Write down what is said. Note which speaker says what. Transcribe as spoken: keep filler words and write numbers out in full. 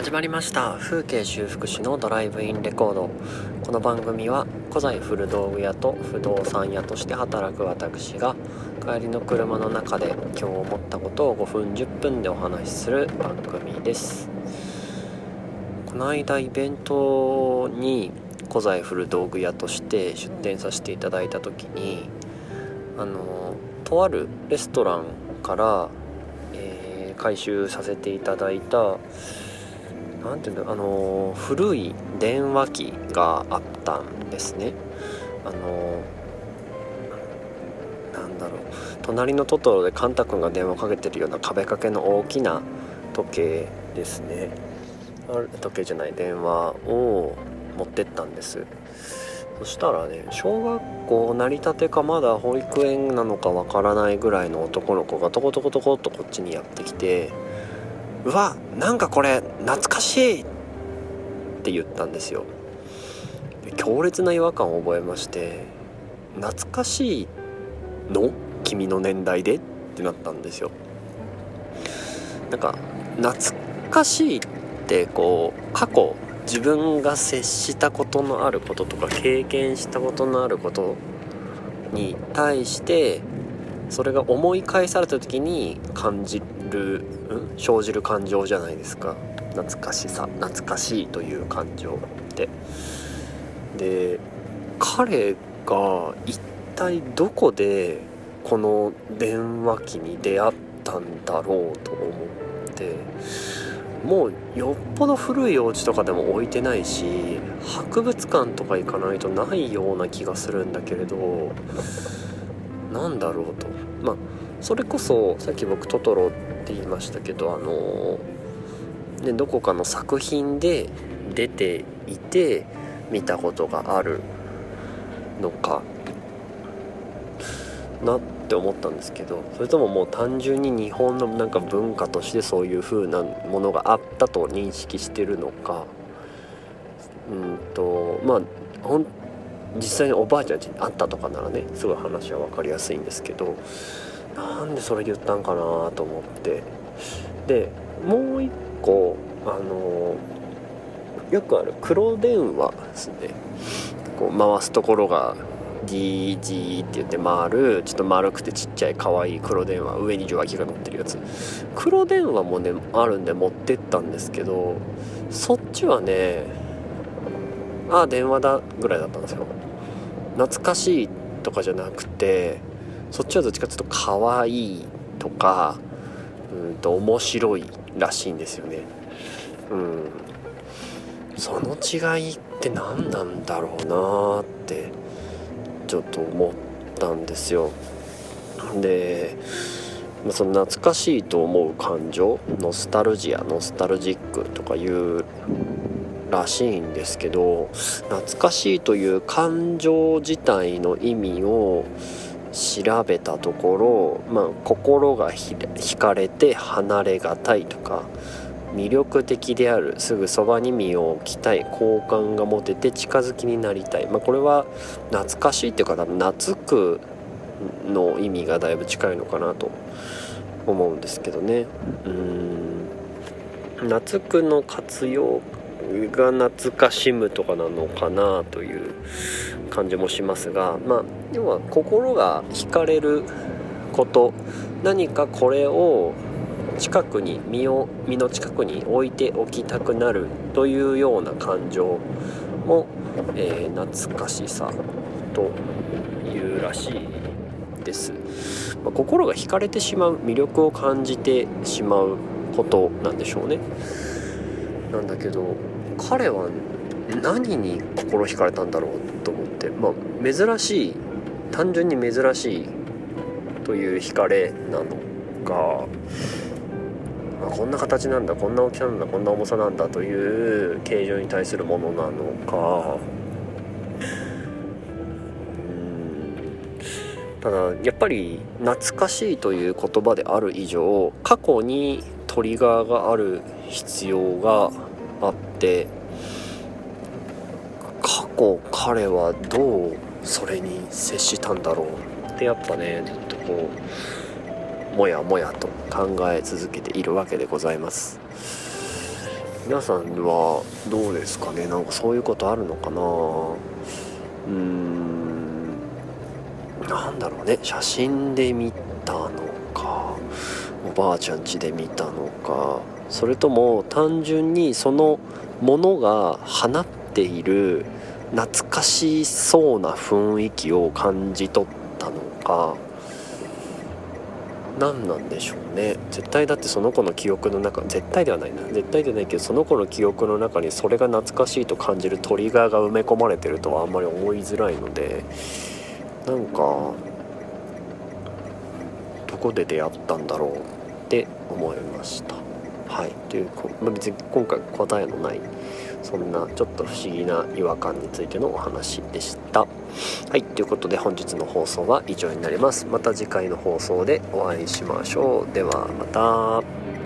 Speaker 1: 始まりました。風景修復師のドライブインレコード。この番組は古材古道具屋と不動産屋として働く私が帰りの車の中で今日思ったことをごふんじゅっぷんでお話しする番組です。この間イベントに古材古道具屋として出店させていただいた時にあのとあるレストランから、えー、回収させていただいたなんていうんだあの古い電話機があったんですね。あのなんだろう隣のトトロでカンタ君が電話かけてるような壁掛けの大きな時計ですね。あ時計じゃない電話を持ってったんです。そしたらね、小学校成り立てかまだ保育園なのかわからないぐらいの男の子がトコトコトコっとこっちにやってきて、うわ、なんかこれ懐かしいって言ったんですよ。強烈な違和感を覚えまして、懐かしいの？君の年代でってなったんですよ。なんか懐かしいってこう過去自分が接したことのあることとか経験したことのあることに対してそれが思い返された時に感じる、うん、生じる感情じゃないですか。懐かしさ、懐かしいという感情ってで、彼が一体どこでこの電話機に出会ったんだろうと思って、もうよっぽど古いお家とかでも置いてないし、博物館とか行かないとないような気がするんだけれど、なんだろうと。まあそれこそさっき僕トトロって言いましたけど、あのーね、どこかの作品で出ていて見たことがあるのかなって思ったんですけど、それとももう単純に日本のなんか文化としてそういう風なものがあったと認識してるのか、うんとまあほん実際におばあちゃん家にあったとかならねすごい話は分かりやすいんですけど、なんでそれ言ったんかなと思って、でもう一個あのよくある黒電話ですね。こう回すところがギージーって言って回る、ちょっと丸くてちっちゃい可愛い黒電話、上に受話器が乗ってるやつ。黒電話もねあるんで持ってったんですけど、そっちはねああ電話だぐらいだったんですよ。懐かしいとかじゃなくて、そっちはどっちかっていうと可愛いとかうんと面白いらしいんですよね。うんその違いって何なんだろうなってちょっと思ったんですよ。でその懐かしいと思う感情、ノスタルジア、ノスタルジックとかいうらしいんですけど、懐かしいという感情自体の意味を調べたところ、まあ、心が惹かれて離れがたいとか、魅力的である、すぐそばに身を置きたい、好感が持てて近づきになりたい、まあ、これは懐かしいっていうか懐くの意味がだいぶ近いのかなと思うんですけどね。うーん懐くの活用が懐かしむとかなのかなという感じもしますが、まあ要は心が惹かれること、何かこれを近くに身を身の近くに置いておきたくなるというような感情も、えー、懐かしさというらしいです。まあ、心が惹かれてしまう、魅力を感じてしまうことなんでしょうね。なんだけど彼は何に心惹かれたんだろうと思って、まあ珍しい、単純に珍しいという惹かれなのか、まあ、こんな形なんだ、こんな大きさなんだ、こんな重さなんだという形状に対するものなのか、ただやっぱり懐かしいという言葉である以上、過去にトリガーがある必要があって、過去彼はどうそれに接したんだろうってやっぱねずっとこうもやもやと考え続けているわけでございます。 皆さんはどうですかね。なんかそういうことあるのかな。うーんなんだろうね。写真で見たのか、おばあちゃん家で見たのか、それとも単純にそのものが放っている懐かしそうな雰囲気を感じ取ったのか、何なんでしょうね。絶対だってその子の記憶の中、絶対ではないな絶対ではないけど、その子の記憶の中にそれが懐かしいと感じるトリガーが埋め込まれてるとはあんまり思いづらいので、なんかどこで出会ったんだろうって思いました。はい、という、別に今回答えのないそんなちょっと不思議な違和感についてのお話でした。はい、ということで本日の放送は以上になります。また次回の放送でお会いしましょう。ではまた。